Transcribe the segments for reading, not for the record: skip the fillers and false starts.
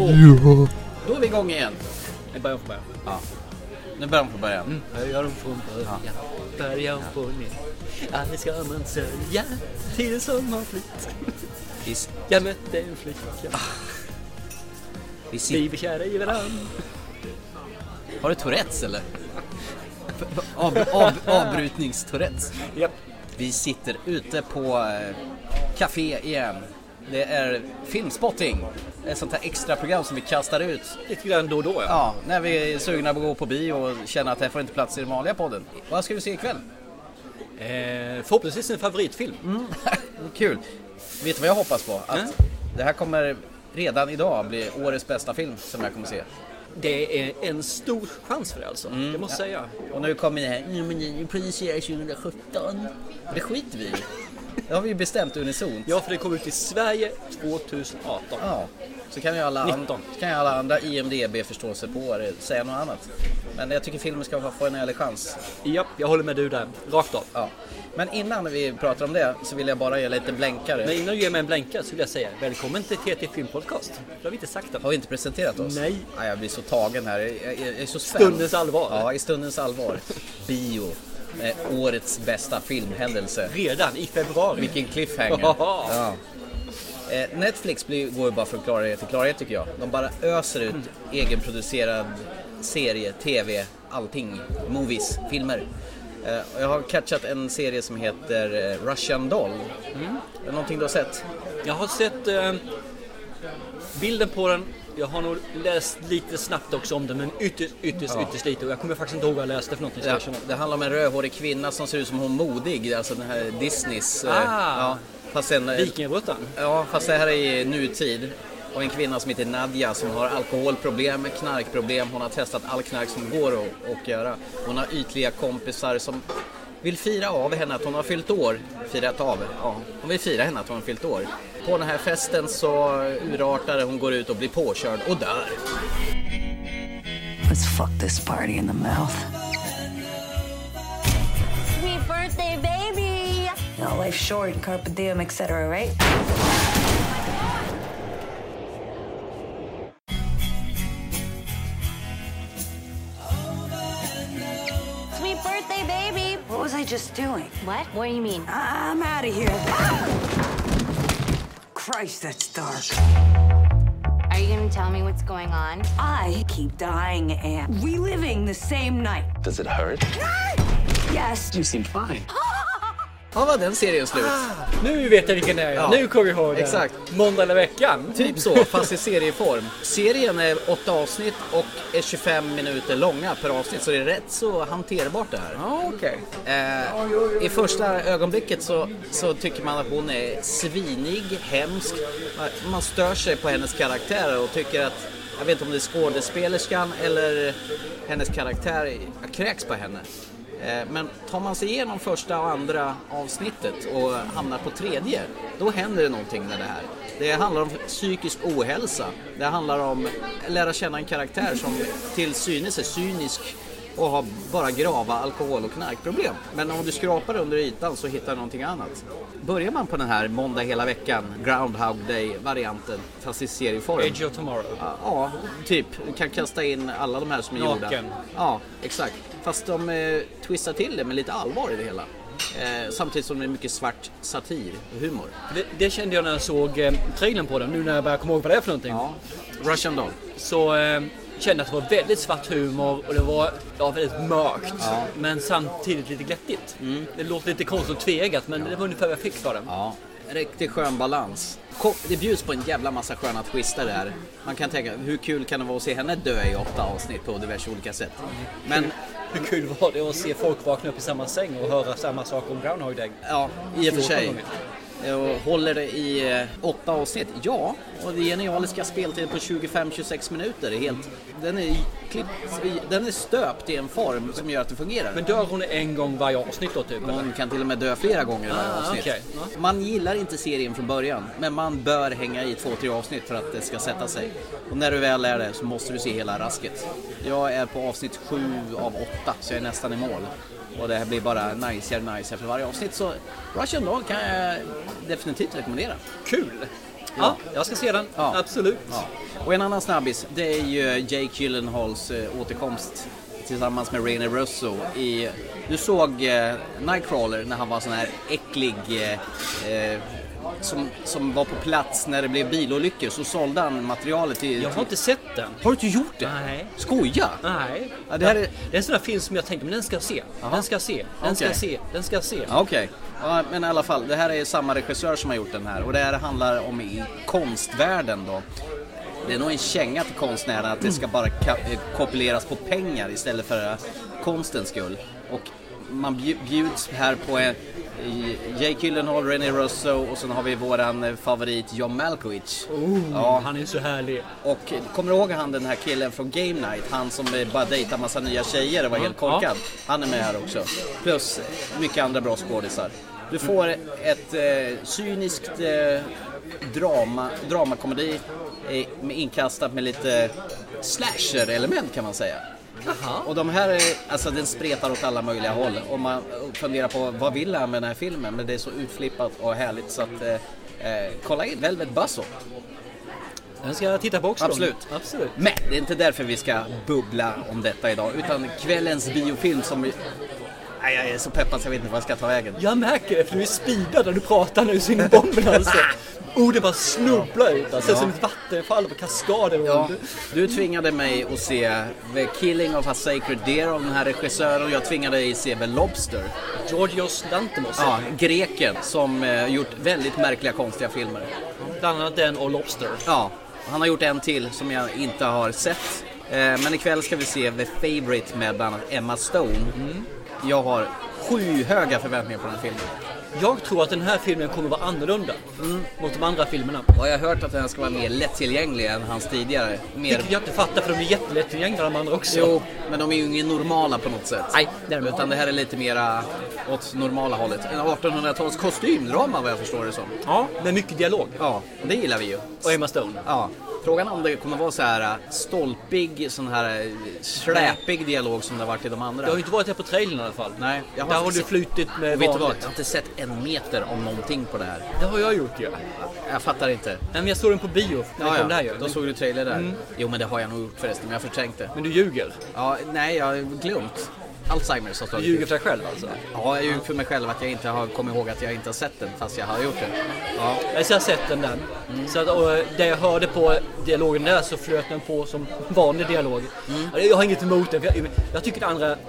Ja. Då är vi igång igen. Nu börjar från början. Ja. Nu börjar de från början. Börjar från början. Börjar på nytt. Aldrig ska man sörja till som har flytt. Jag mötte en flicka. Vi bekära i varandra. Har du Tourettes eller? Avbrytnings-Tourettes. Japp. Vi sitter ute på café igen. Det är filmspotting. Ett sånt här extra program som vi kastar ut. Lite grann då och då, ja. Ja, när vi är sugna på att gå på bio och känner att det får inte plats i den vanliga podden. Vad ska vi se ikväll? Förhoppningsvis en favoritfilm. Kul. Vet du vad jag hoppas på? Att det här kommer redan idag bli årets bästa film som jag kommer se. Det är en stor chans för det alltså, det måste säga. Och nu kommer ni här, nu producerar 2017. Det skiter vi i. Det har vi ju bestämt unisont. Ja, för det kommer ut i Sverige 2018. Ja, så kan ju alla andra IMDB förstå sig på det, säga något annat. Men jag tycker filmen ska få en ärlig chans. Ja, jag håller med du där, rakt av. Ja. Men innan vi pratar om det så vill jag bara ge lite blänkare. Men innan du ger mig en blänkare så vill jag säga välkommen till TT Filmpodcast. Det har vi inte sagt det. Har vi inte presenterat oss? Nej. Ja, jag blir så tagen här. Jag är så spänd. Stundens allvar. Ja, i stundens allvar. Bio. Årets bästa filmhändelse. Redan i februari. Vilken cliffhanger. Ja. Netflix går ju bara från klarhet till klarhet tycker jag. De bara öser ut egenproducerad serie, tv, allting. Movies, filmer. Jag har catchat en serie som heter Russian Doll. Är det någonting du har sett? Jag har sett bilden på den. Jag har nog läst lite snabbt också om den, men ytterst lite. Och jag kommer faktiskt inte ihåg vad jag läste för någonting. Ja, det handlar om en rödhårig kvinna som ser ut som hon Modig. Alltså den här Disneys... ja, Vikingabruttan. Ja, fast det här är i nutid. Och en kvinna som heter Nadja som har alkoholproblem, knarkproblem. Hon har testat all knark som går att göra. Hon har ytliga kompisar som vill fira av henne att hon har fyllt år. Hon vill fira henne att hon har fyllt år. På den här festen så urartar hon, går ut och blir påkörd och dör. Let's fuck this party in the mouth. Sweet birthday, baby! No, life's short, carpe diem, etc., right? Sweet birthday, baby! What was I just doing? What? What do you mean? I'm out of here. Christ, that's dark. Are you gonna tell me what's going on? I keep dying and reliving the same night. Does it hurt? Yes. You seem fine. Ja, var den serien slut? Nu vet jag vilken det är. Ja. Nu kommer jag ihåg det. Exakt. Måndag eller veckan. Typ så, fast i serieform. Serien är 8 avsnitt och är 25 minuter långa per avsnitt. Så det är rätt så hanterbart det här. Ja, okej. I första ögonblicket så tycker man att hon är svinig, hemsk. Man stör sig på hennes karaktär och tycker att, jag vet inte om det är skådespelerskan eller hennes karaktär kräks på henne. Men tar man sig igenom första och andra avsnittet och hamnar på tredje, då händer det någonting med det här. Det handlar om psykisk ohälsa. Det handlar om att lära känna en karaktär som till synes är cynisk och har bara grava alkohol- och knarkproblem. Men om du skrapar under ytan så hittar du någonting annat. Börjar man på den här måndag hela veckan, Groundhog Day-varianten, fast i serieform. Age of Tomorrow. Ja, typ. Du kan kasta in alla de här som är gjorda. Naken. Ja, exakt. Fast de twistar till det med lite allvar i det hela. Samtidigt som det är mycket svart satir och humor. Det kände jag när jag såg trailern på den, nu när jag börjar komma ihåg vad det är för någonting. Ja, Russian Doll. Så kände att det var väldigt svart humor och det var väldigt mörkt. Ja. Men samtidigt lite glättigt. Det låter lite konstigt och tvegat, men det var ungefär vad jag fick för den. Ja, riktigt skön balans. Det bjuds på en jävla massa sköna twister där. Man kan tänka, hur kul kan det vara att se henne dö i 8 avsnitt på diverse olika sätt. Men hur kul var det att se folk vakna upp i samma säng och höra samma sak om Groundhog Day? Ja, i och för sig. Och håller det i 8 avsnitt? Ja, och det genialiska speltid på 25-26 minuter är helt... Den är stöpt i en form som gör att det fungerar. Men dör hon en gång varje avsnitt då typ? Hon kan till och med dö flera gånger i varje avsnitt. Okay. Man gillar inte serien från början, men man bör hänga i 2-3 avsnitt för att det ska sätta sig. Och när du väl är det så måste du se hela rasket. Jag är på avsnitt 7 av 8, så jag är nästan i mål. Och det här blir bara nice efter varje avsnitt. Så Russian Doll kan jag definitivt rekommendera. Kul! Ja, jag ska se den. Ja. Absolut. Ja. Och en annan snabbis, det är ju Jake Gyllenhaals återkomst tillsammans med Rene Russo i... Du såg Nightcrawler när han var sån här äcklig som var på plats när det blev bilolyckor, så sålde han materialet till... Jag har inte sett den. Har du inte gjort det? Nej. Skoja? Nej. Ja, det här är... Det är en sån där film som jag tänkte, men den ska jag se. Aha. Den ska jag se. Den ska jag se. Den ska jag se. Okej. Ja, men i alla fall, det här är samma regissör som har gjort den här. Och det här handlar om i konstvärlden då. Det är nog en känga till konstnärerna att det ska bara kopuleras på pengar istället för konstens skull. Och man bjuds här på Jake Gyllenhaal, Rene Russo och sen har vi våran favorit John Malkovich. Ja. Han är så härlig. Och kommer du ihåg han, den här killen från Game Night? Han som bara dejtar massa nya tjejer och var helt korkad. Han är med här också. Plus mycket andra bra skådisar. Du får ett cyniskt dramakomedi med inkastat med lite slasher-element kan man säga. Aha. Och de här, alltså den spretar åt alla möjliga håll. Och man funderar på vad vill han med den här filmen? Men det är så utflippat och härligt så att kolla in Velvet Buzzsaw. Den ska jag titta på också. Absolut. Absolut. Men det är inte därför vi ska bubbla om detta idag, utan kvällens biofilm som vi... Nej, jag är så peppad så jag vet inte vad jag ska ta vägen. Jag märker det, för du är speedad när du pratar nu så in i bomben alltså. Det bara snubblar ut, alltså som ett vattenfall på kaskader. Ja, du tvingade mig att se The Killing of a Sacred Deer av den här regissören och jag tvingade dig att se The Lobster. Georgios Lanthimos. Ja, greken som gjort väldigt märkliga, konstiga filmer. Bland annat den och Lobster. Ja, han har gjort en till som jag inte har sett. Men ikväll ska vi se The Favourite med bland annat Emma Stone. Jag har skyhöga förväntningar på den här filmen. Jag tror att den här filmen kommer vara annorlunda mot de andra filmerna. Och jag har hört att den ska vara mer lättillgänglig än hans tidigare. Vilket jag inte fattar, för de är jättelättillgängliga de andra också. Jo, men de är ju ingen normala på något sätt. Nej, däremot. Utan det här är lite mera åt normala hållet. En 1800-tals kostymdrama vad jag förstår det som. Ja, med mycket dialog. Ja, det gillar vi ju. Och Emma Stone. Ja. Frågan om det kommer vara så här stolpig, sån här släpig dialog som det har varit i de andra. Jag har ju inte varit här på trailern i alla fall. Nej, där har du flutit med vet vanligt. du vad? Jag har inte sett en meter om någonting på det här. Det har jag gjort ju. Jag fattar inte. Men jag såg den på bio när det kom där ju. Då såg du trailer där. Jo, men det har jag nog gjort förresten, men jag förträngde. Men du ljuger. Ja, nej, jag har glömt. Alzheimers har Du ljuger för dig själv alltså? Ja, jag ljuger för mig själv att jag inte har kommit ihåg att jag inte har sett den fast jag har gjort det. Ja. Jag har sett den där. Så att, och det jag hörde på dialogen där så flöt den på som vanlig dialog. Jag har inget emot den, för jag tycker den andra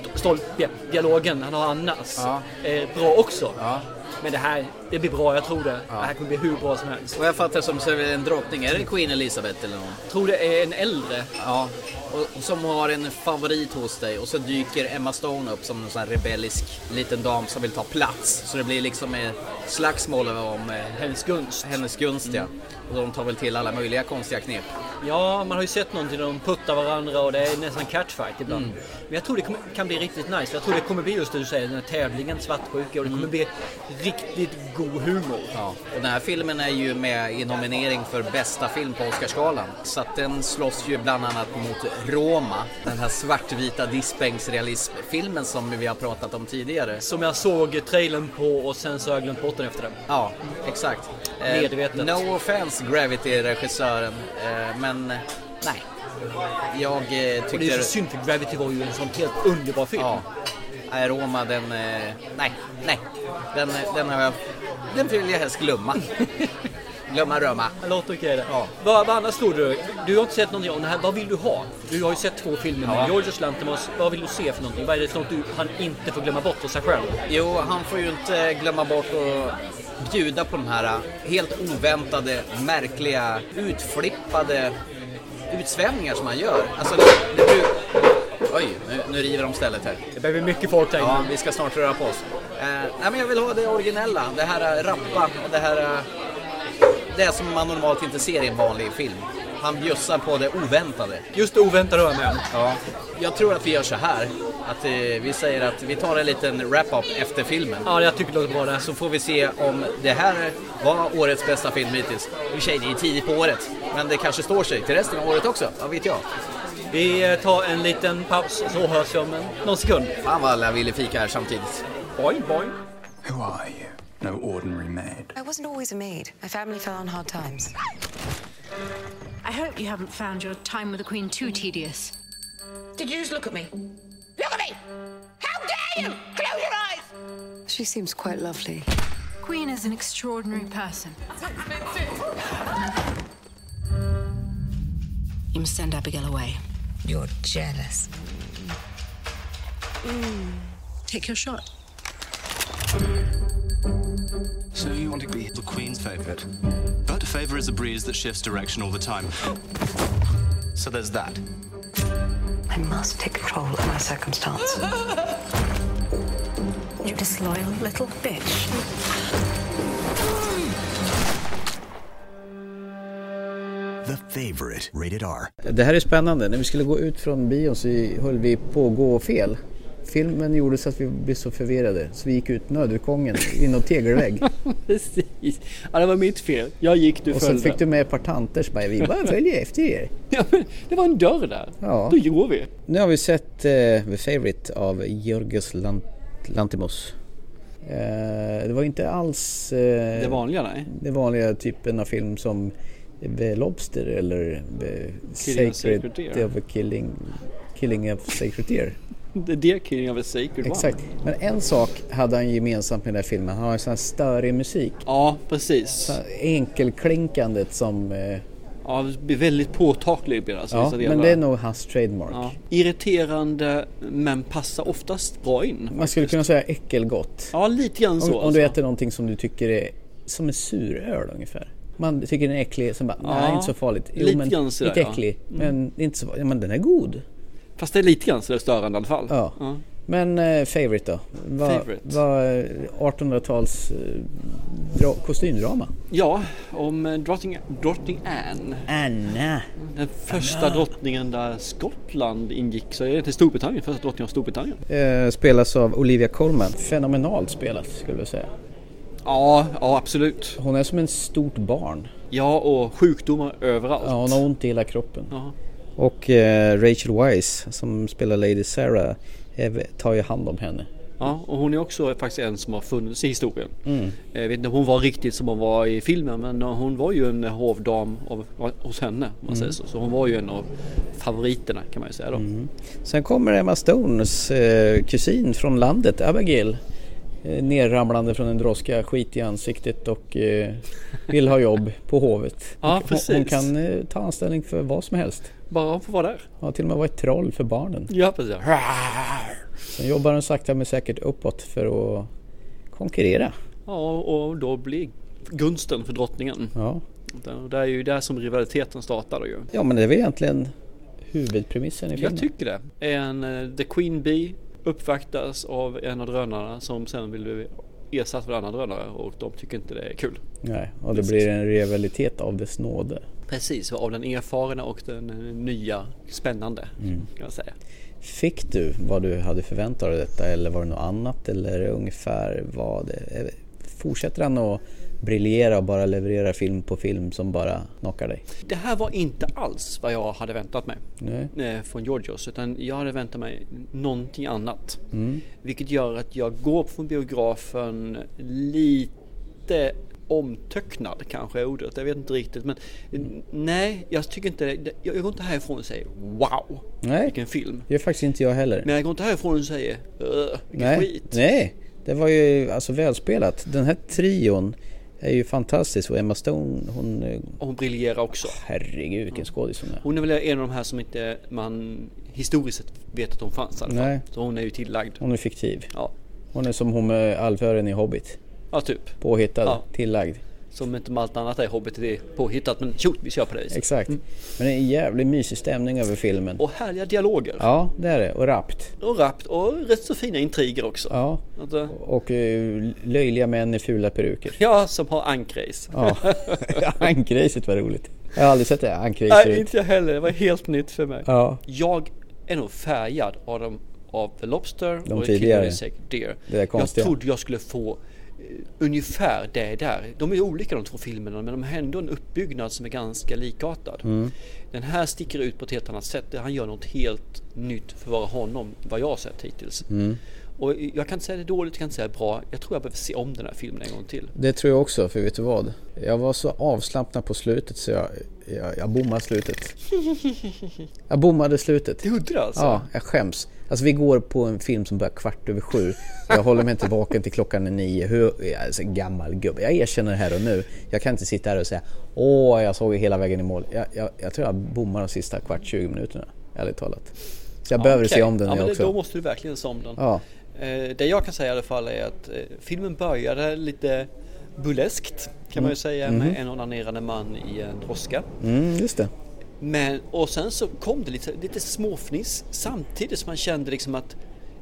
dialogen han har annars är bra också. Ja. Men det blir bra, jag tror det. Ja. Det här kommer bli hur bra som helst. Och jag fattar som så är det en drottning, är det Queen Elizabeth eller någon? Jag tror det är en äldre. Ja, och som har en favorit hos dig. Och så dyker Emma Stone upp som en sån här rebellisk liten dam som vill ta plats. Så det blir liksom ett slagsmål om hennes gunst, ja. Och de tar väl till alla möjliga konstiga knep. Ja, man har ju sett någonting där de puttar varandra och det är nästan catchfight ibland. Men jag tror det kan bli riktigt nice. Jag tror det kommer bli just det du säger, den här tävlingen, svartsjuka. Och det kommer bli riktigt god humor. Ja, och den här filmen är ju med i nominering för bästa film på Oscarsgalan. Så att den slåss ju bland annat mot Roma. Den här svartvita diskbänksrealismfilmen som vi har pratat om tidigare. Som jag såg trailern på och sen så har jag glömt bort den efter den. Ja, exakt. Medvetet. No offense Gravity-regissören, men nej. Jag tyckte... Och det är så synd, för Gravity var ju en sån helt underbar film. Ja. Roma, den... Nej. Den har jag... Den vill jag helst glömma. Glömma Roma. Det låter okej det. Ja. Vad annars tror du? Du har inte sett någonting om det här. Vad vill du ha? Du har ju sett 2 filmer med Georgios Lanthimos. Vad vill du se för någonting? Vad är det som han inte får glömma bort av sig själv? Jo, han får ju inte glömma bort och bjuda på de här helt oväntade, märkliga, utflippade utsvävningar som han gör. Alltså, oj, nu river de stället här. Det behöver mycket folk där. Ja, vi ska snart röra på oss. Nej, men jag vill ha det originella. Det här rappa och det här... Det som man normalt inte ser i en vanlig film. Han bjussar på det oväntade. Just det oväntade har jag med. Ja. Jag tror att vi gör så här. Att vi säger att vi tar en liten wrap-up efter filmen. Ja, jag tycker det låter bra det. Så får vi se om det här var årets bästa film hittills. I och för sig, det är tidigt på året. Men det kanske står sig till resten av året också. Vad vet jag. Vi tar en liten paus så hörs vi om någon sekund. Fan vad alla ville fika här samtidigt. Boing, boing. Who are you? no ordinary maid. I wasn't always a maid. My family fell on hard times. I hope you haven't found your time with the Queen too tedious. Did you just look at me? Look at me! How dare you! Close your eyes! She seems quite lovely. Queen is an extraordinary person. You must send Abigail away. You're jealous. Take your shot. So you want to be the Queen's favourite. But a favour is a breeze that shifts direction all the time. So there's that. I must take control of my circumstance. You disloyal little bitch. The Favourite, rated R. Det här är spännande. När vi skulle gå ut från bion så höll vi på att gå fel. Filmen gjorde så att vi blev så förvirrade så vi gick ut nödutgången i någon tegelvägg. Precis. Ja, det var mitt fel. Jag gick, du följde. Och så fick du med ett par tanter så bara, vi bara följer efter er. Ja, men det var en dörr där. Ja. Då går vi. Nu har vi sett The Favourite av Yorgos Lanthimos. Det var inte alls det vanliga, nej. Det vanliga typen av film som The Lobster eller Killing of Sacred Deer. Det är Killing of a Sacred Exakt. One. Men en sak hade han gemensamt med den här filmen. Han har en sån här störig musik. Ja, precis. Så enkelklinkandet som... Ja, det blir väldigt påtagligt. Alltså, ja, men det är nog hans trademark. Ja. Irriterande, men passar oftast bra in. Man skulle kunna säga äckelgott. Ja, lite grann så. Om du äter någonting som du tycker är som en suröl ungefär. Man tycker den är äcklig, som bara, nej, inte så farligt. Jo, lite men grann sådär, lite äcklig, men inte så, men den är god. Fast det är lite grann så störande i alla fall. Ja. Men Favourite då? Var 1800-tals kostymdrama? Ja, om drottning Anne. Anna. Den första drottningen där Skottland ingick. Så är det till Storbritannien, första drottningen av Storbritannien. Spelas av Olivia Colman. Fenomenalt spelat skulle jag säga. Ja, absolut. Hon är som en stort barn. Ja, och sjukdomar överallt. Ja, hon har ont i hela kroppen. Ja. Och Rachel Weisz som spelar Lady Sarah tar ju hand om henne. Ja, och hon är också faktiskt en som har funnits i historien. Jag vet inte om hon var riktigt som hon var i filmen, men hon var ju en hovdam hos henne. Man säger så hon var ju en av favoriterna kan man ju säga då. Sen kommer Emma Stones kusin från landet, Abigail. Nerramlande från en droska, skit i ansiktet och vill ha jobb på hovet. Ja, precis. Hon kan ta anställning för vad som helst. Bara hon får vara där. Ja, till och med vara ett troll för barnen. Ja, precis. Sen jobbar hon sakta men säkert uppåt för att konkurrera. Ja, och då blir gunsten för drottningen. Ja. Det är ju där som rivaliteten startar ju. Ja, men det är väl egentligen huvudpremissen i filmen. Jag tycker det. The Queen Bee uppvaktas av en av drönarna som sen vill bli ersatt av en annan drönare och de tycker inte det är kul. Nej, och det blir en rivalitet av dess nåde. Precis, av den erfarna och den nya spännande kan man säga. Fick du vad du hade förväntat dig detta eller var det något annat eller ungefär vad det... Fortsätter han att briljera och bara leverera film på film som bara knockar dig? Det här var inte alls vad jag hade väntat mig från Yorgos, utan jag hade väntat mig någonting annat. Vilket gör att jag går från biografen lite omtöcknad kanske är ordet, jag vet inte riktigt, men nej, jag tycker inte jag går inte härifrån och säger wow, vilken film. Det är faktiskt inte jag heller. Men jag går inte härifrån och säger vilken skit. Nej, det var ju alltså välspelat. Den här trion är ju fantastisk och Emma Stone hon briljerar också. Herregud, vilken skådis hon är. Hon är väl en av de här som inte man historiskt sett vet att hon fanns i alla fall. Så hon är ju tillagd. Hon är fiktiv. Ja. Hon är som hon med alfören i Hobbit. Ja, typ. Påhittad, tillagd. Som inte med allt annat är Hobbit är påhittat, men tjot, vi kör på det viset. Exakt. Men det är en jävligt mysig stämning över filmen. Och härliga dialoger. Ja, det är det. Och rappt. Och rätt så fina intriger också. Ja. Och löjliga män i fula peruker. Ja, som har ankrace. Ja, ankracet var roligt. Jag har aldrig sett det, ankrace. Nej, inte jag heller. Det var helt nytt för mig. Ja. Jag är nog färgad av The Lobster de och tidigare. Deer. Det är konstigt. Jag trodde jag skulle få ungefär det där. De är olika de två filmerna, men de har ändå en uppbyggnad som är ganska likartad. Den här sticker ut på ett helt annat sätt. Han gör något helt nytt för att vara honom, vad jag har sett hittills. Och jag kan inte säga det är dåligt, jag kan inte säga det är bra. Jag tror jag behöver se om den här filmen en gång till. Det tror jag också, för vet du vad? Jag var så avslappnad på slutet så jag bommade slutet. Jag bommade slutet. Det gjorde det alltså? Ja, jag skäms. Alltså vi går på en film som börjar 7:15. Jag håller mig inte vaken till klockan är 9. Jag är så gammal gubbe. Jag erkänner det här och nu. Jag kan inte sitta här och säga jag såg hela vägen i mål. Jag tror jag bommar de sista 20 minuterna, ärligt talat. Så jag behöver se om den också. Då måste du verkligen se om den. Ja. Det jag kan säga i alla fall är att filmen började lite burleskt kan man ju säga, med en onanerande man i en droska. Just det. Och sen så kom det lite småfniss samtidigt som man kände liksom att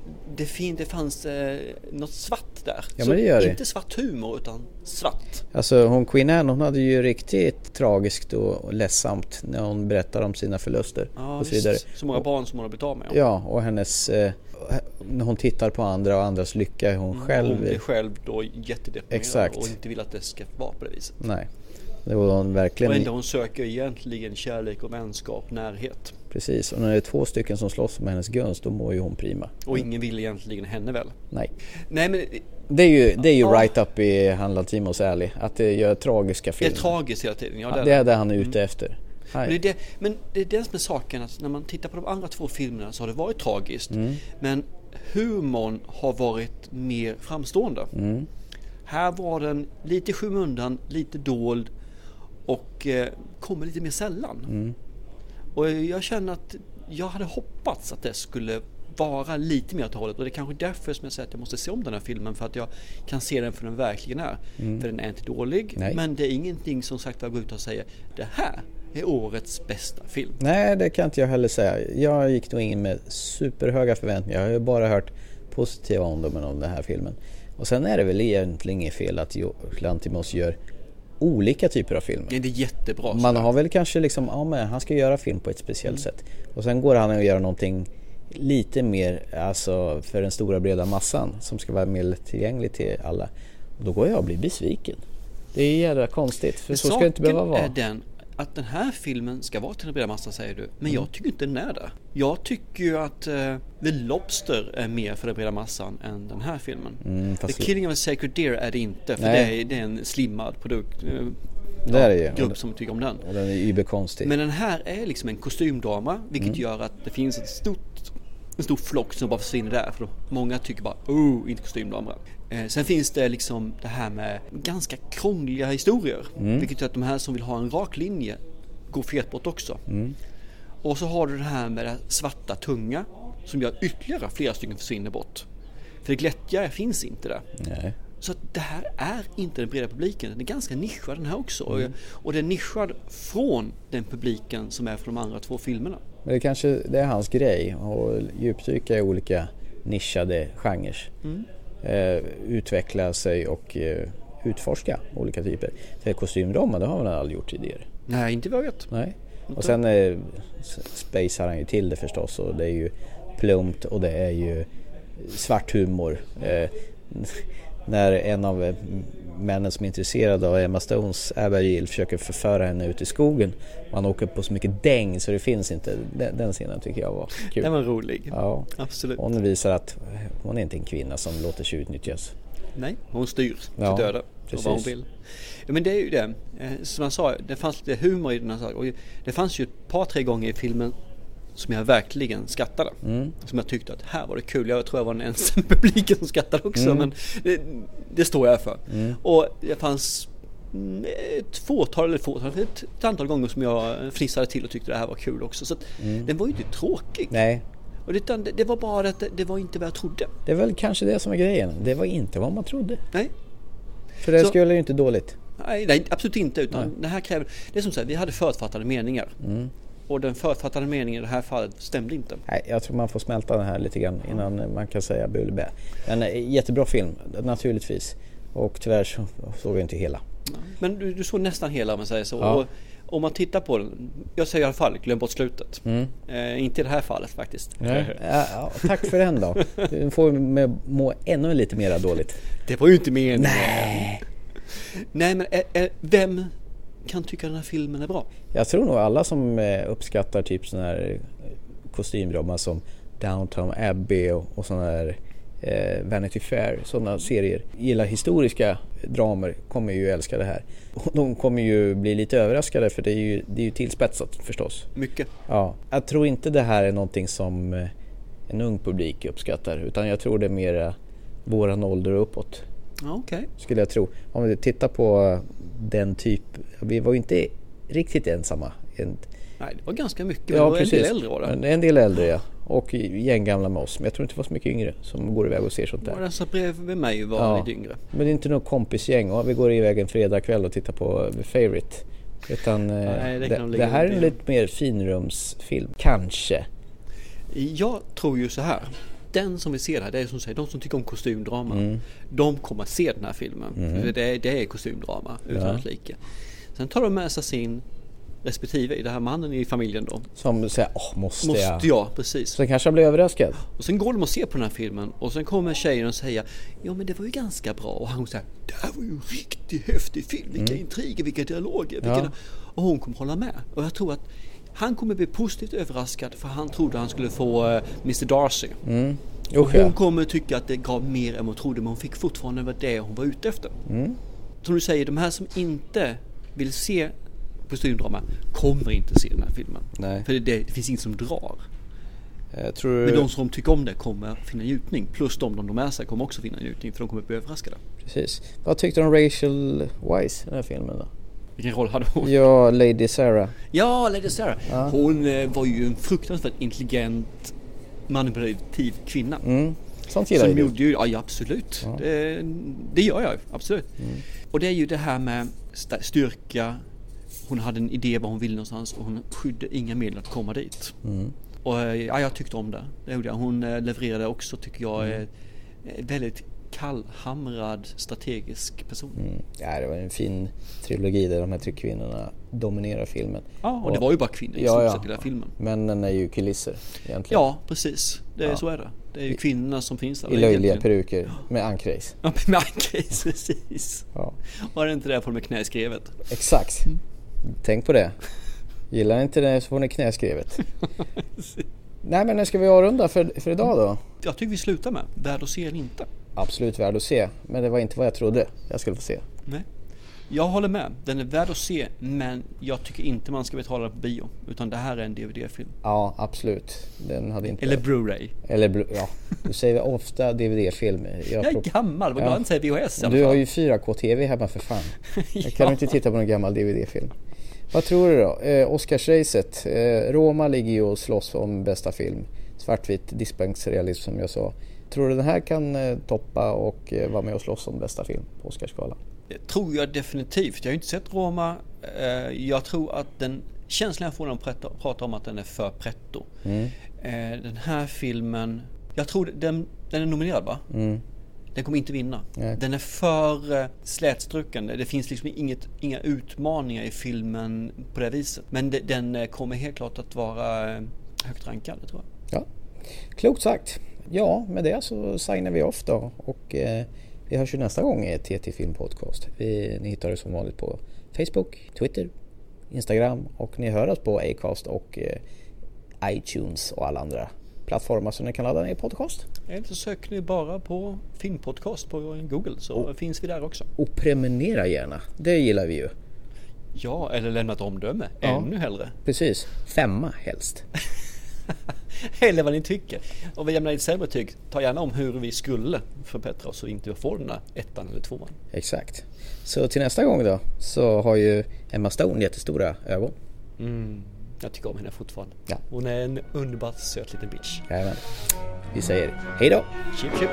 det fanns något svart där. Ja, men det gör det. Inte svart humor utan svart. Alltså hon Queen Anne, hon hade ju riktigt tragiskt och ledsamt när hon berättar om sina förluster och så vidare. Så många barn som hon har blivit av med. Ja, och hennes när hon tittar på andra och andras lycka är hon själv. Hon blir själv då jättedeprimerad. Exakt. Och inte vill att det ska vara på det viset. Nej. Det var hon verkligen. Och ändå hon söker egentligen kärlek och vänskap, närhet. Precis, och när det är 2 stycken som slåss med hennes gunst, då mår ju hon prima. Och ingen vill egentligen henne väl? Nej. Men det är ju right up i Handlar Timos ärlig, att det gör tragiska filmer. Det är tragiskt hela tiden. Ja, det är det han är ute efter. Men det är det som är saken, att när man tittar på de andra 2 filmerna så har det varit tragiskt. Men humorn har varit mer framstående. Här var den lite skymundan, lite dold och kommer lite mer sällan. Och jag känner att jag hade hoppats att det skulle vara lite mer åt hållet, och det är kanske därför som jag säger att jag måste se om den här filmen, för att jag kan se den för den verkligen är. För den är inte dålig. Nej. Men det är ingenting som sagt att gå ut och säga det här är årets bästa film. Nej, det kan inte jag heller säga. Jag gick nog in med superhöga förväntningar. Jag har ju bara hört positiva omdömen om den här filmen. Och sen är det väl egentligen inget fel att Lanthimos gör olika typer av filmer. Det är jättebra. Man har väl kanske liksom, men han ska göra film på ett speciellt sätt. Och sen går han och gör någonting lite mer, alltså för den stora breda massan som ska vara mer tillgänglig till alla. Och då går jag och blir besviken. Det är jävla konstigt, för så ska det inte behöva vara. Är den att den här filmen ska vara till den breda massan, säger du. Men jag tycker inte den är det. Jag tycker ju att The Lobster är mer för den breda massan än den här filmen. The Killing of a Sacred Deer är det inte, för det är en slimmad produkt. Det är det, grupp som tycker om den. Och den är überkonstig. Men den här är liksom en kostymdrama, vilket gör att det finns en stor flock som bara försvinner där, för många tycker bara inte kostymdrama. Sen finns det liksom det här med ganska krångliga historier, vilket gör att de här som vill ha en rak linje går fet bort också. Och så har du det här med det svarta tunga som gör ytterligare flera stycken försvinner bort. För det glättjare finns inte där. Nej. Så att det här är inte den breda publiken. Den är ganska nischad den här också. Och det är nischad från den publiken som är från de andra 2 filmerna. Men det är hans grej att djupdyka i olika nischade genrer. Utveckla sig och utforska olika typer. För kostymdrama, det har man aldrig gjort tidigare. Nej, inte vad jag vet. Nej. Och sen spacear han ju till det förstås, och det är ju plumpt och det är ju svart humor. När en av männen som är intresserad av Emma Stones, Abigail, försöker förföra henne ut i skogen. Man åker på så mycket däng så det finns inte. Den scenen tycker jag var kul. Den var rolig. Ja, absolut. Hon visar att hon är inte en kvinna som låter sig utnyttjas. Nej, hon styr till döda. Och vad hon vill. Ja, men det är ju det. Som jag sa, det fanns lite humor i den här saken. Och det fanns ju ett par, 3 gånger i filmen som jag verkligen skattade. Som jag tyckte att här var det kul. Jag tror jag var den ensam publiken som skattade också. Men det står jag för. Och det fanns ett antal gånger som jag fnissade till och tyckte det här var kul också. Så att den var ju inte tråkig. Nej. Och det var bara att det var inte vad jag trodde. Det är väl kanske det som är grejen. Det var inte vad man trodde. Nej. För det skulle ju inte dåligt. Nej, absolut inte. Utan det här kräver, det är som sagt, vi hade förutfattade meningar. Och den författade meningen i det här fallet stämde inte. Nej, jag tror man får smälta den här lite grann innan man kan säga bullbä. Men jättebra film, naturligtvis. Och tyvärr så såg jag inte hela. Men du såg nästan hela, om man säger så. Ja. Och om man tittar på den, jag säger i alla fall, glöm bort slutet. Inte i det här fallet faktiskt. Ja, tack för den då. Du får må ännu lite mer dåligt. Det var ju inte meningen. Nej, men vem kan tycka den här filmen är bra? Jag tror nog alla som uppskattar typ sån här kostymdrama som Downton Abbey och sån här Vanity Fair, sådana serier. Gillar historiska dramer kommer ju älska det här. Och de kommer ju bli lite överraskade för det är ju tillspetsat förstås. Mycket. Ja, jag tror inte det här är någonting som en ung publik uppskattar, utan jag tror det är mer våran ålder och uppåt. Okej. Skulle jag tro. Om vi tittar på den typ, vi var ju inte riktigt ensamma. Nej, det var ganska mycket, men ja, det var precis. en del äldre var det. En del äldre, ja. Och gänggamla med oss. Men jag tror inte det var så mycket yngre som går iväg och ser sånt där. Ja, den som bredvid mig var lite yngre. Men det är inte något kompisgäng. Och vi går iväg en fredag kväll och tittar på The Favourite. Utan Nej, det här är en lite mer finrumsfilm. Kanske. Jag tror ju så här. Den som vi ser här, det är som säger, de som tycker om kostymdrama. De kommer att se den här filmen. För det är kostymdrama utan att like. Sen tar de med sig sin respektive i det här mannen i familjen då. Som säger, måste jag, precis. Så kanske jag blir överraskad. Och sen går de och ser på den här filmen och sen kommer tjejen och säger, ja men det var ju ganska bra. Och han säger, det här var ju en riktigt häftig film. Vilka intriger, vilka dialoger. Och hon kommer hålla med. Och jag tror att han kommer bli positivt överraskad för han trodde han skulle få Mr. Darcy. Och hon kommer tycka att det gav mer än hon trodde, men hon fick fortfarande det hon var ute efter. Som du säger, de här som inte vill se kostymdrama kommer inte se den här filmen. Nej. För det finns inget som drar. Men de som tycker om det kommer finna njutning. Plus de med sig kommer också finna njutning, för de kommer bli överraskade. Precis. Vad tyckte du om Rachel Weisz i den här filmen då? Vilken roll hade hon? Ja, Lady Sarah. Ja, Lady Sarah. Ja. Hon var ju en fruktansvärt intelligent, manipulativ kvinna. Sånt gillar som gjorde ju, ja absolut. Ja. Det gör jag, absolut. Och det är ju det här med styrka. Hon hade en idé vad hon ville någonstans och hon skydde inga medel att komma dit. Och ja, jag tyckte om det. Det gjorde jag. Hon levererade också, tycker jag, väldigt kallhamrad strategisk person. Ja, det var en fin trilogi där de här 3 kvinnorna dominerar filmen. Ja, och det var ju bara kvinnor i stort sett i den här filmen. Männen är ju kulisser egentligen. Ja, precis. Så är det. Det är ju kvinnorna som finns där. I löjliga peruker med ankräs. Ja, med ankräs, precis. Ja. Var det inte det på med knäskrevet? Exakt. Tänk på det. Gillar inte det så får ni knäskrevet. Nej, men när ska vi avrunda för idag då? Jag tycker vi slutar med värd att se eller inte. Absolut värd att se, men det var inte vad jag trodde jag skulle få se. Nej. Jag håller med. Den är värd att se, men jag tycker inte man ska betala på bio, utan det här är en DVD-film. Ja, absolut. Den hade inte... Eller Blu-ray. Ja, du säger ofta DVD-film. Jag är gammal, vad glad att säga VHS. Du har ju 4K-TV hemma för fan. Jag kan inte titta på någon gammal DVD-film. Vad tror du då? Oscarsracet. Roma ligger ju och slåss om bästa film. Svartvit dispensrealism som jag sa. Tror du den här kan toppa och vara med och slåss om bästa film på Oscarsgalan? Det tror jag definitivt. Jag har inte sett Roma. Jag tror att den känslan jag får när de pratar om att den är för pretto. Den här filmen, jag tror den är nominerad, va? Den kommer inte vinna. Nej. Den är för slätstruken. Det finns liksom inga utmaningar i filmen på det viset. Men den kommer helt klart att vara högt rankad, tror jag. Ja, klokt sagt. Ja, med det så signar vi off då. Och vi hörs ju nästa gång i TT Film Podcast. Ni hittar det som vanligt på Facebook, Twitter, Instagram. Och ni hör oss på Acast och iTunes och alla andra plattformar som ni kan ladda ner podcast. Eller så söker ni bara på filmpodcast på Google, så finns vi där också. Och prenumerera gärna, det gillar vi ju. Ja, eller lämna ett omdöme, ännu hellre. Precis, 5 helst. Eller vad ni tycker. Och vi lämnar ett säljbetyg. Ta gärna om hur vi skulle förbättra oss och inte få den där 1 eller 2. Exakt. Så till nästa gång då så har ju Emma Stone jättestora ögon. Jag tycker om henne fortfarande. Ja. Hon är en underbart söt liten bitch. Jajamän. Vi säger hej då. Chip chip.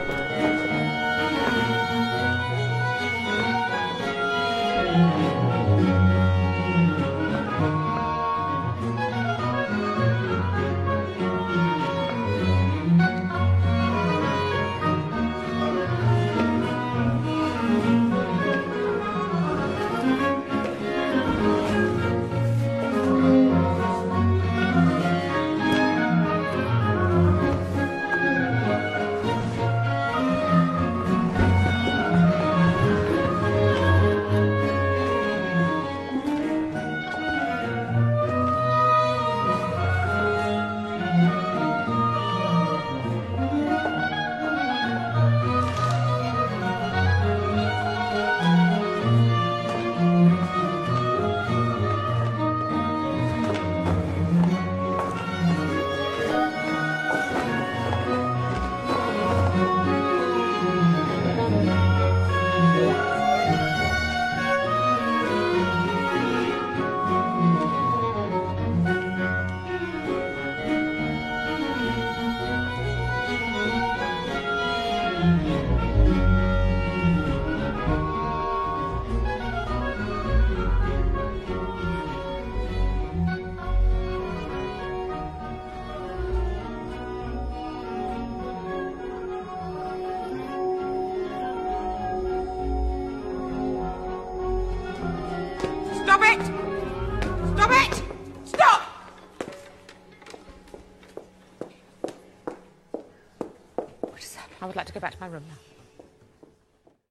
Stop it! Stop it! Stop! I would like to go back to my room now.